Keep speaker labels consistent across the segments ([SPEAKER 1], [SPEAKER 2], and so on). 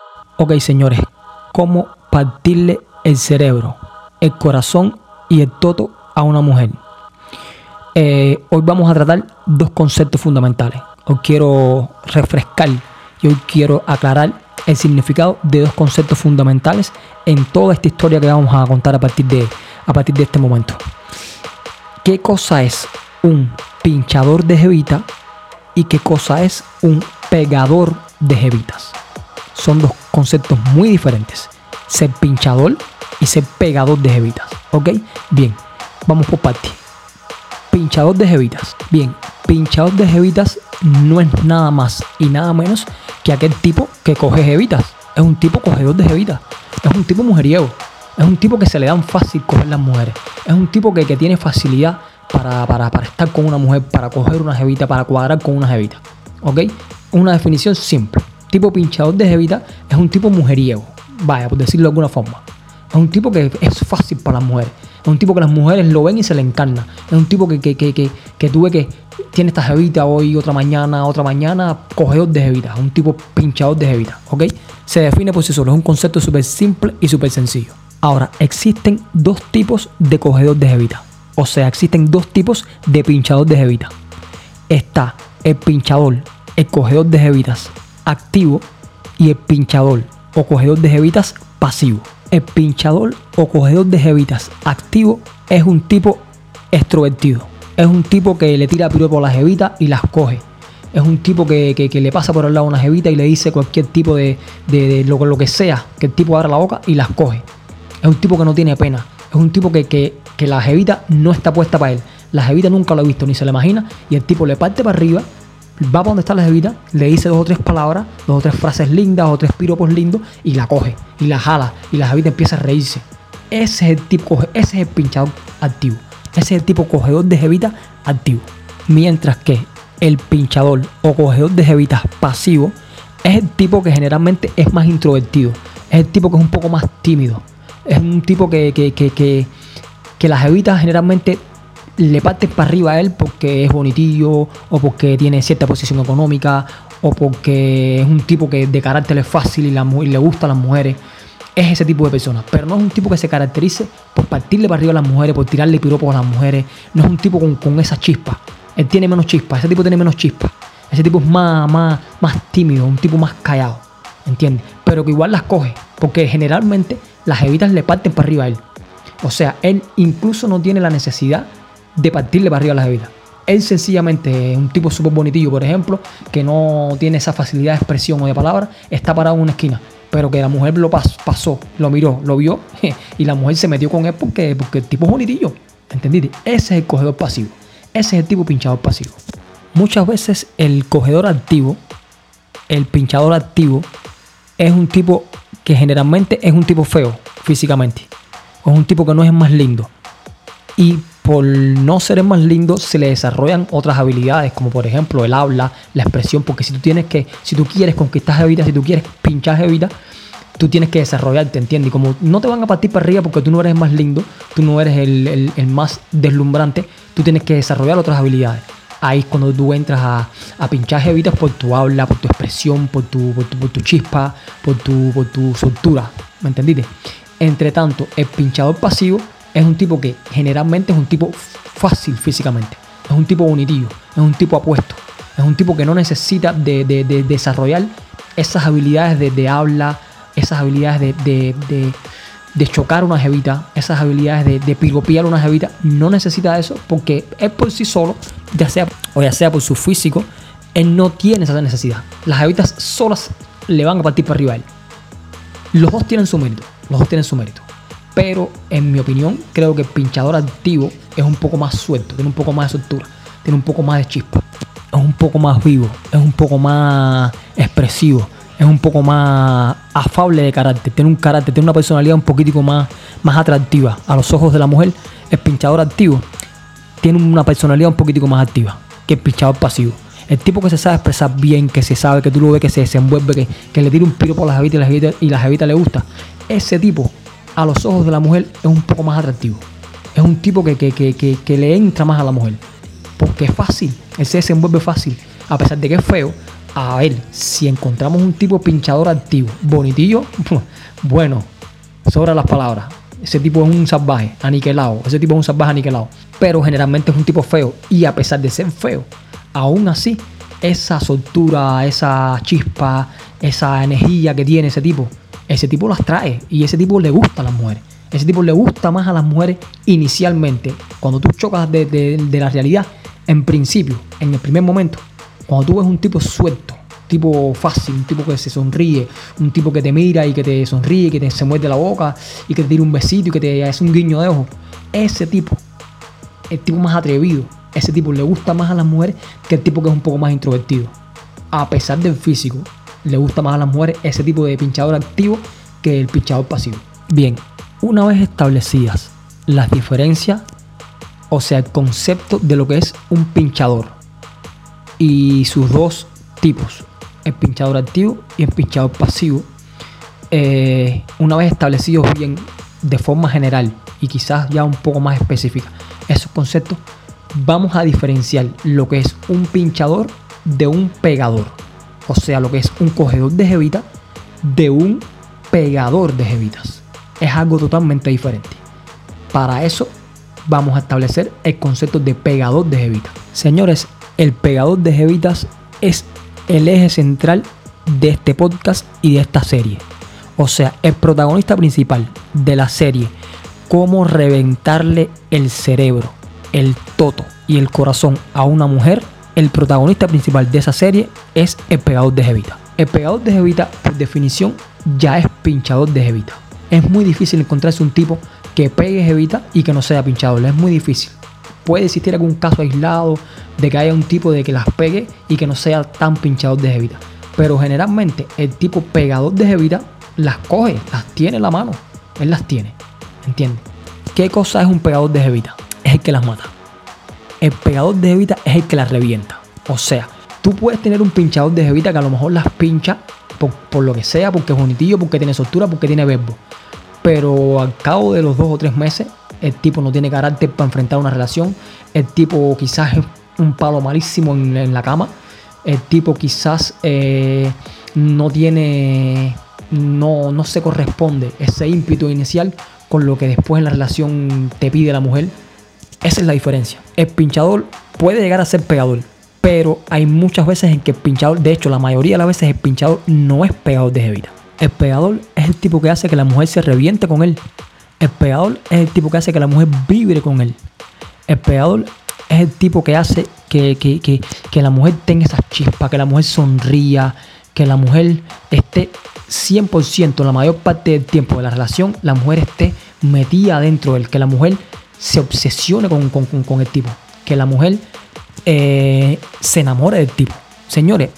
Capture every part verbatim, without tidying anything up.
[SPEAKER 1] Ok, señores, ¿cómo partirle el cerebro, el corazón y el toto a una mujer? Eh, hoy vamos a tratar dos conceptos fundamentales. Hoy quiero refrescar y hoy quiero aclarar el significado de dos conceptos fundamentales en toda esta historia que vamos a contar a partir de, a partir de este momento. ¿Qué cosa es un pinchador de jevita y qué cosa es un pegador de jevitas? Son dos conceptos muy diferentes. Ser pinchador y ser pegador de jevitas. ¿Ok? Bien, vamos por partes. Pinchador de jevitas. Bien, pinchador de jevitas no es nada más y nada menos que aquel tipo que coge jevitas. Es un tipo cogedor de jevitas. Es un tipo mujeriego. Es un tipo que se le dan fácil coger las mujeres. Es un tipo que, que tiene facilidad para, para, para estar con una mujer, para coger una jevita, para cuadrar con una jevita. ¿Ok? Una definición simple. Tipo pinchador de jevita es un tipo mujeriego. Vaya, por decirlo de alguna forma. Es un tipo que es fácil para las mujeres. Es un tipo que las mujeres lo ven y se le encarna. Es un tipo que, que, que, que, que tú ves que tiene esta jevita hoy, otra mañana, otra mañana, cogedor de jevita. Es un tipo pinchador de jevita. ¿Ok? Se define por sí solo. Es un concepto súper simple y súper sencillo. Ahora, existen dos tipos de cogedor de jevita. O sea, existen dos tipos de pinchador de jevita. Está el pinchador, el cogedor de jevitas activo y el pinchador o cogedor de jevitas pasivo. El pinchador o cogedor de jevitas activo es un tipo extrovertido. Es un tipo que le tira piropo a la jevita y las coge. Es un tipo que, que, que le pasa por el lado a una jevita y le dice cualquier tipo de, de, de lo, lo que sea, que el tipo abra la boca y las coge. Es un tipo que no tiene pena. Es un tipo que, que, que la jevita no está puesta para él. La jevita nunca lo ha visto ni se la imagina y el tipo le parte para arriba, va para donde está la jevita, le dice dos o tres palabras, dos o tres frases lindas, dos o tres piropos lindos y la coge y la jala y la jevita empieza a reírse. Ese es el tipo, ese es el pinchador activo. Ese es el tipo cogedor de jevita activo. Mientras que el pinchador o cogedor de jevitas pasivo es el tipo que generalmente es más introvertido. Es el tipo que es un poco más tímido. Es un tipo que, que, que, que, que las jevitas generalmente le parten para arriba a él porque es bonitillo o porque tiene cierta posición económica o porque es un tipo que de carácter es fácil y, la, y le gustan las mujeres. Es ese tipo de persona, pero no es un tipo que se caracterice por partirle para arriba a las mujeres, por tirarle piropos a las mujeres. No es un tipo con, con esa chispa. Él tiene menos chispa, ese tipo tiene menos chispa. Ese tipo es más, más, más tímido, un tipo más callado, ¿entiendes? Pero que igual las coge, porque generalmente las jevitas le parten para arriba a él. O sea, él incluso no tiene la necesidad de partirle para arriba a la jevita. Él sencillamente es un tipo súper bonitillo, por ejemplo, que no tiene esa facilidad de expresión o de palabra, está parado en una esquina, pero que la mujer lo pas- pasó, lo miró, lo vio y la mujer se metió con él porque, porque el tipo es bonitillo, ¿entendiste? Ese es el cogedor pasivo, ese es el tipo pinchador pasivo. Muchas veces el cogedor activo, el pinchador activo, es un tipo que generalmente es un tipo feo físicamente, o es un tipo que no es el más lindo. Y por no ser el más lindo, se le desarrollan otras habilidades, como por ejemplo el habla, la expresión, porque si tú tienes que, si tú quieres conquistar jevitas, si tú quieres pinchar jevitas, tú tienes que desarrollarte, ¿entiendes? Y como no te van a partir para arriba porque tú no eres el más lindo, tú no eres el, el, el más deslumbrante, tú tienes que desarrollar otras habilidades. Ahí es cuando tú entras a, a pinchar jevitas por tu habla, por tu expresión, por tu, por tu, por tu chispa, por tu, por tu soltura, ¿me entendiste? Entre tanto, el pinchador pasivo es un tipo que generalmente es un tipo fácil físicamente. Es un tipo bonitillo. Es un tipo apuesto. Es un tipo que no necesita de, de, de desarrollar esas habilidades de, de habla, esas habilidades de, de, de, de chocar una jevita, esas habilidades de, de piropear una jevita. No necesita eso porque él por sí solo, ya sea, o ya sea por su físico, él no tiene esa necesidad. Las jevitas solas le van a partir para arriba a él. Los dos tienen su mérito. Los dos tienen su mérito. Pero en mi opinión creo que el pinchador activo es un poco más suelto, tiene un poco más de soltura, tiene un poco más de chispa, es un poco más vivo, es un poco más expresivo, es un poco más afable de carácter, tiene un carácter, tiene una personalidad un poquitico más, más atractiva a los ojos de la mujer. El pinchador activo tiene una personalidad un poquitico más activa que el pinchador pasivo. El tipo que se sabe expresar bien, que se sabe, que tú lo ves, que se desenvuelve, que, que le tira un piropo a la jevita y la jevita, y la jevita le gusta, ese tipo a los ojos de la mujer es un poco más atractivo. Es un tipo que, que, que, que, que le entra más a la mujer. Porque es fácil. Él se desenvuelve fácil. A pesar de que es feo, A ver, si encontramos un tipo pinchador activo, bonitillo, bueno, sobra las palabras. Ese tipo es un salvaje, aniquilado. Ese tipo es un salvaje aniquilado. Pero generalmente es un tipo feo. Y a pesar de ser feo, aún así, esa soltura, esa chispa, esa energía que tiene ese tipo, ese tipo las trae. Y ese tipo le gusta a las mujeres. Ese tipo le gusta más a las mujeres inicialmente. Cuando tú chocas de, de, de la realidad, en principio, en el primer momento, cuando tú ves un tipo suelto, tipo fácil, un tipo que se sonríe, un tipo que te mira y que te sonríe, que te se muerde la boca y que te tira un besito y que te hace un guiño de ojo, ese tipo, el tipo más atrevido, ese tipo le gusta más a las mujeres que el tipo que es un poco más introvertido. A pesar del físico, le gusta más a las mujeres ese tipo de pinchador activo que el pinchador pasivo. Bien, una vez establecidas las diferencias, o sea, el concepto de lo que es un pinchador y sus dos tipos, el pinchador activo y el pinchador pasivo, eh, una vez establecidos bien de forma general y quizás ya un poco más específica esos conceptos, vamos a diferenciar lo que es un pinchador de un pegador, o sea, lo que es un cogedor de jevita de un pegador de jevitas. Es algo totalmente diferente. Para eso vamos a establecer el concepto de pegador de jevitas. Señores, el pegador de jevitas es el eje central de este podcast y de esta serie. O sea, el protagonista principal de la serie, cómo reventarle el cerebro, el toto y el corazón a una mujer, el protagonista principal de esa serie es el pegador de jevita. El pegador de jevita, por definición, ya es pinchador de jevita. Es muy difícil encontrarse un tipo que pegue jevita y que no sea pinchador. Es muy difícil. Puede existir algún caso aislado de que haya un tipo de que las pegue y que no sea tan pinchador de jevita. Pero generalmente el tipo pegador de jevita las coge, las tiene en la mano. Él las tiene. ¿Entiendes? ¿Qué cosa es un pegador de jevita? Es el que las mata. El pegador de jevita es el que las revienta. O sea, tú puedes tener un pinchador de jevita que a lo mejor las pincha por, por lo que sea, porque es bonitillo, porque tiene soltura, porque tiene verbo. Pero al cabo de los dos o tres meses, el tipo no tiene carácter para enfrentar una relación. El tipo quizás es un palo malísimo en, en la cama. El tipo quizás eh, no tiene, no, no se corresponde ese ímpetu inicial con lo que después en la relación te pide la mujer. Esa es la diferencia. El pinchador puede llegar a ser pegador, pero hay muchas veces en que el pinchador, de hecho la mayoría de las veces el pinchador no es pegador de jevita. El pegador es el tipo que hace que la mujer se reviente con él. El pegador es el tipo que hace que la mujer vibre con él. El pegador es el tipo que hace que, que, que, que la mujer tenga esa chispa, que la mujer sonría, que la mujer esté cien por ciento, la mayor parte del tiempo de la relación, la mujer esté metida dentro de él, que la mujer se obsesione con, con, con, con el tipo, que la mujer eh, se enamore del tipo. Señores,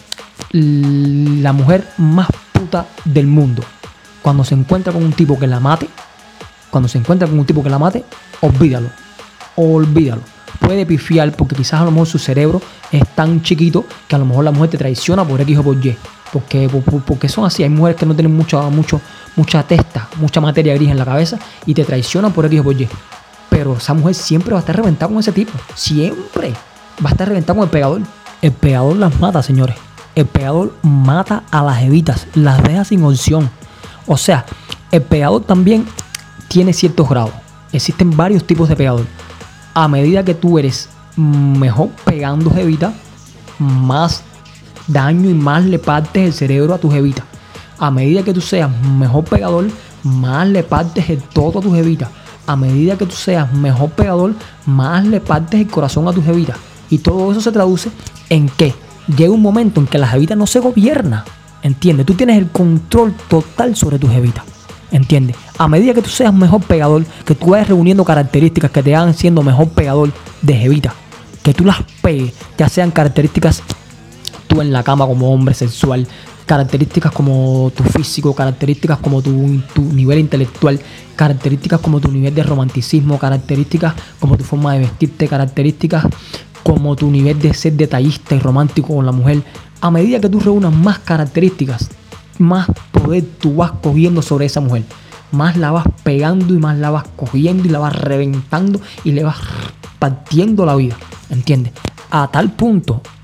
[SPEAKER 1] la mujer más puta del mundo, cuando se encuentra con un tipo que la mate, cuando se encuentra con un tipo que la mate, olvídalo, olvídalo. Puede pifiar porque quizás a lo mejor su cerebro es tan chiquito que a lo mejor la mujer te traiciona por X o por Y. Porque, porque son así, hay mujeres que no tienen mucha, mucho, mucha testa, mucha materia gris en la cabeza y te traicionan por X o por Y. Pero esa mujer siempre va a estar reventada con ese tipo. Siempre va a estar reventada con el pegador. El pegador las mata, señores. El pegador mata a las jevitas, las deja sin opción. O sea, el pegador también tiene ciertos grados. Existen varios tipos de pegador. A medida que tú eres mejor pegando jevita, más daño y más le partes el cerebro a tu jevita. A medida que tú seas mejor pegador, más le partes el todo a tu jevita. A medida que tú seas mejor pegador, más le partes el corazón a tu jevita. Y todo eso se traduce en que llega un momento en que la jevita no se gobierna. ¿Entiendes? Tú tienes el control total sobre tu jevita. ¿Entiendes? A medida que tú seas mejor pegador, que tú vayas reuniendo características que te hagan siendo mejor pegador de jevita, que tú las pegues, ya sean características tú en la cama como hombre sexual, características como tu físico, características como tu, tu nivel intelectual, características como tu nivel de romanticismo, características como tu forma de vestirte, características como tu nivel de ser detallista y romántico con la mujer. A medida que tú reúnas más características, más poder tú vas cogiendo sobre esa mujer, más la vas pegando y más la vas cogiendo y la vas reventando y le vas partiendo la vida, ¿entiendes? A tal punto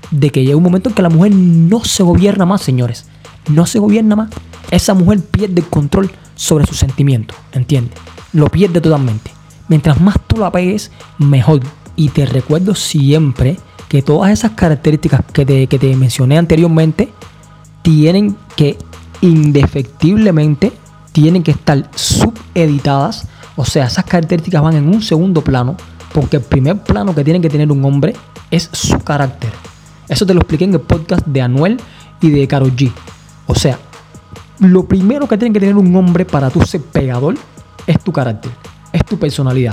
[SPEAKER 1] de que llega un momento en que la mujer no se gobierna más, señores. No se gobierna más. Esa mujer pierde el control sobre sus sentimientos, ¿entiendes? Lo pierde totalmente. Mientras más tú la pegues, mejor. Y te recuerdo siempre que todas esas características que te, que te mencioné anteriormente tienen que indefectiblemente tienen que estar subeditadas. O sea, esas características van en un segundo plano, porque el primer plano que tiene que tener un hombre es su carácter. Eso te lo expliqué en el podcast de Anuel y de Karol G. O sea, lo primero que tiene que tener un hombre para tú ser pegador es tu carácter, es tu personalidad.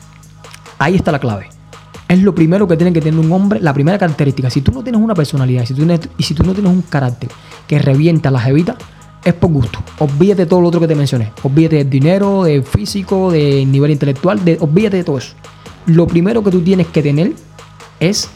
[SPEAKER 1] Ahí está la clave. Es lo primero que tiene que tener un hombre, la primera característica. Si tú no tienes una personalidad y si tú, y si tú no tienes un carácter que revienta a la jevita, es por gusto. Olvídate de todo lo otro que te mencioné. Olvídate del dinero, del físico, del nivel intelectual, de, olvídate de todo eso. Lo primero que tú tienes que tener es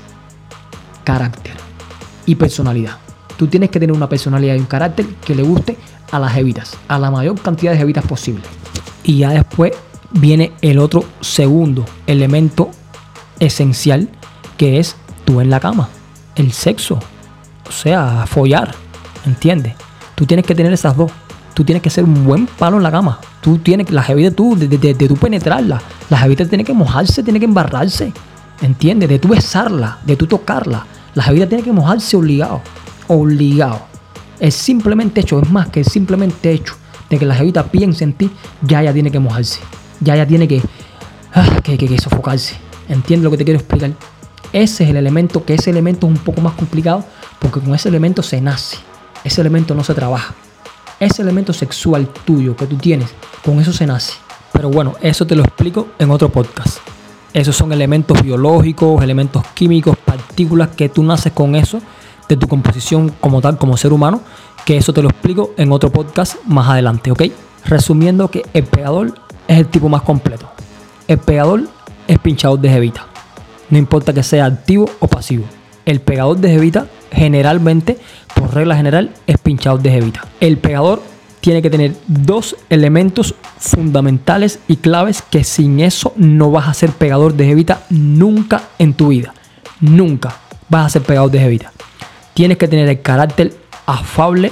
[SPEAKER 1] carácter y personalidad. Tú tienes que tener una personalidad y un carácter que le guste a las jevitas, a la mayor cantidad de jevitas posible. Y ya después viene el otro segundo elemento esencial, que es tú en la cama, el sexo, o sea, follar, ¿entiendes? Tú tienes que tener esas dos. Tú tienes que ser un buen palo en la cama. Tú tienes, la jevita, tú, de, de, de, de tú penetrarla, la jevita tiene que mojarse, tiene que embarrarse, ¿entiendes? De tú besarla, de tú tocarla, la jevita tiene que mojarse obligado, obligado. El simplemente hecho, es más que el simplemente hecho de que la jevita piense en ti, ya ella tiene que mojarse, ya ella tiene que, ah, que, que, que sofocarse. ¿Entiendes lo que te quiero explicar? Ese es el elemento, que ese elemento es un poco más complicado, porque con ese elemento se nace, ese elemento no se trabaja. Ese elemento sexual tuyo que tú tienes, con eso se nace. Pero bueno, eso te lo explico en otro podcast. Esos son elementos biológicos, elementos químicos, partículas que tú naces con eso, de tu composición como tal, como ser humano, que eso te lo explico en otro podcast más adelante, ¿ok? Resumiendo que el pegador es el tipo más completo. El pegador es pinchador de jevita. No importa que sea activo o pasivo. El pegador de jevita generalmente, por regla general, es pinchador de jevita. El pegador tiene que tener dos elementos fundamentales y claves que sin eso no vas a ser pegador de jevita nunca en tu vida. Nunca vas a ser pegador de jevita. Tienes que tener el carácter afable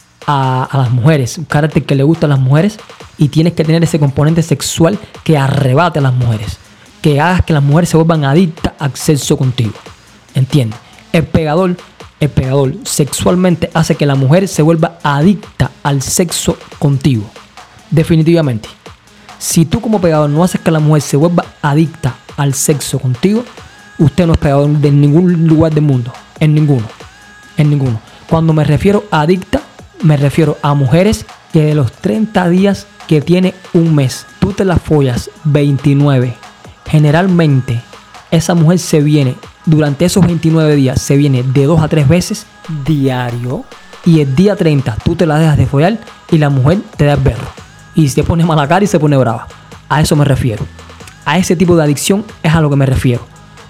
[SPEAKER 1] a, a las mujeres, un carácter que le gusta a las mujeres, y tienes que tener ese componente sexual que arrebate a las mujeres, que hagas que las mujeres se vuelvan adictas al sexo contigo. ¿Entiendes? El pegador, el pegador sexualmente hace que la mujer se vuelva adicta al sexo contigo. Definitivamente. Si tú como pegador no haces que la mujer se vuelva adicta al sexo contigo, usted no es pegador de ningún lugar del mundo. En ninguno. En ninguno. Cuando me refiero a adicta, me refiero a mujeres que de los treinta días que tiene un mes, tú te las follas veintinueve. Generalmente, esa mujer se viene, durante esos veintinueve días, se viene de dos a tres veces diario. Y el día treinta, tú te la dejas de follar y la mujer te da el berro. Y se pone mala cara y se pone brava. A eso me refiero. A ese tipo de adicción es a lo que me refiero.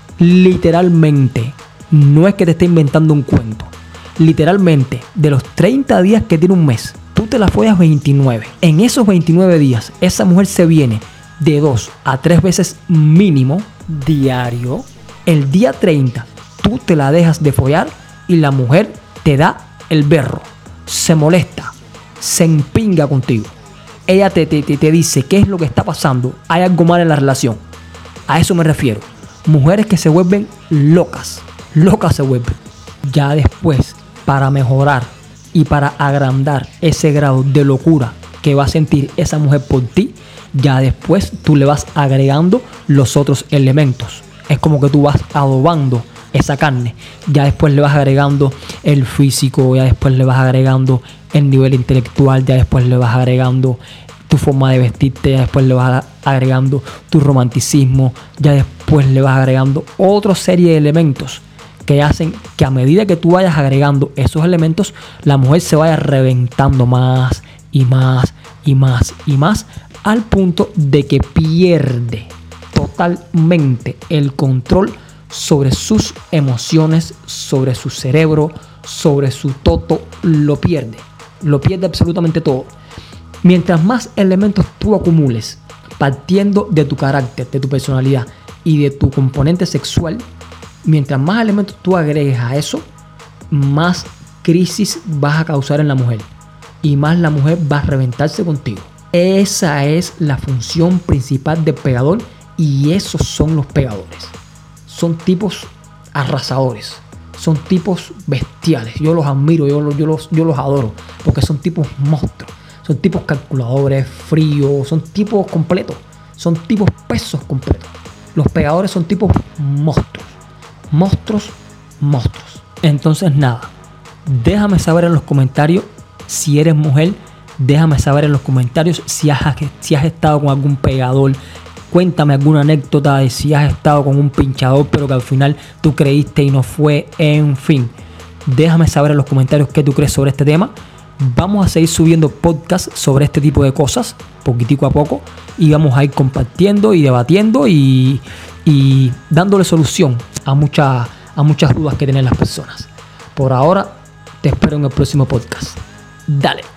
[SPEAKER 1] Literalmente, no es que te esté inventando un cuento. Literalmente, de los treinta días que tiene un mes, tú te la follas veintinueve. En esos veintinueve días, esa mujer se viene de dos a tres veces mínimo diario. El día treinta, tú te la dejas de follar y la mujer te da el berro. Se molesta, se empinga contigo. Ella te, te, te, te dice qué es lo que está pasando. Hay algo mal en la relación. A eso me refiero. Mujeres que se vuelven locas. Locas se vuelven. Ya después, para mejorar y para agrandar ese grado de locura que va a sentir esa mujer por ti, ya después tú le vas agregando los otros elementos. Es como que tú vas adobando esa carne. Ya después le vas agregando el físico, ya después le vas agregando el nivel intelectual, ya después le vas agregando tu forma de vestirte, ya después le vas agregando tu romanticismo, ya después le vas agregando otra serie de elementos que hacen que a medida que tú vayas agregando esos elementos, la mujer se vaya reventando más y más y más y más, al punto de que pierde totalmente el control sobre sus emociones, sobre su cerebro, sobre su toto. Lo pierde, lo pierde absolutamente todo. Mientras más elementos tú acumules, partiendo de tu carácter, de tu personalidad y de tu componente sexual, Mientras más elementos tú agregues a eso, más crisis vas a causar en la mujer y más la mujer va a reventarse contigo. Esa es la función principal del pegador y esos son los pegadores. Son tipos arrasadores, son tipos bestiales. Yo los admiro, yo los, yo los, yo los adoro porque son tipos monstruos, son tipos calculadores, fríos, son tipos completos, son tipos pesos completos. Los pegadores son tipos monstruos, monstruos, monstruos. Entonces nada, déjame saber en los comentarios si eres mujer. Déjame saber en los comentarios si has, si has estado con algún pegador. Cuéntame alguna anécdota de si has estado con un pinchador pero que al final tú creíste y no fue. En fin, déjame saber en los comentarios qué tú crees sobre este tema. Vamos a seguir subiendo podcasts sobre este tipo de cosas, poquitico a poco, y vamos a ir compartiendo y debatiendo y, y dándole solución a, mucha, a muchas dudas que tienen las personas. Por ahora, te espero en el próximo podcast. Dale.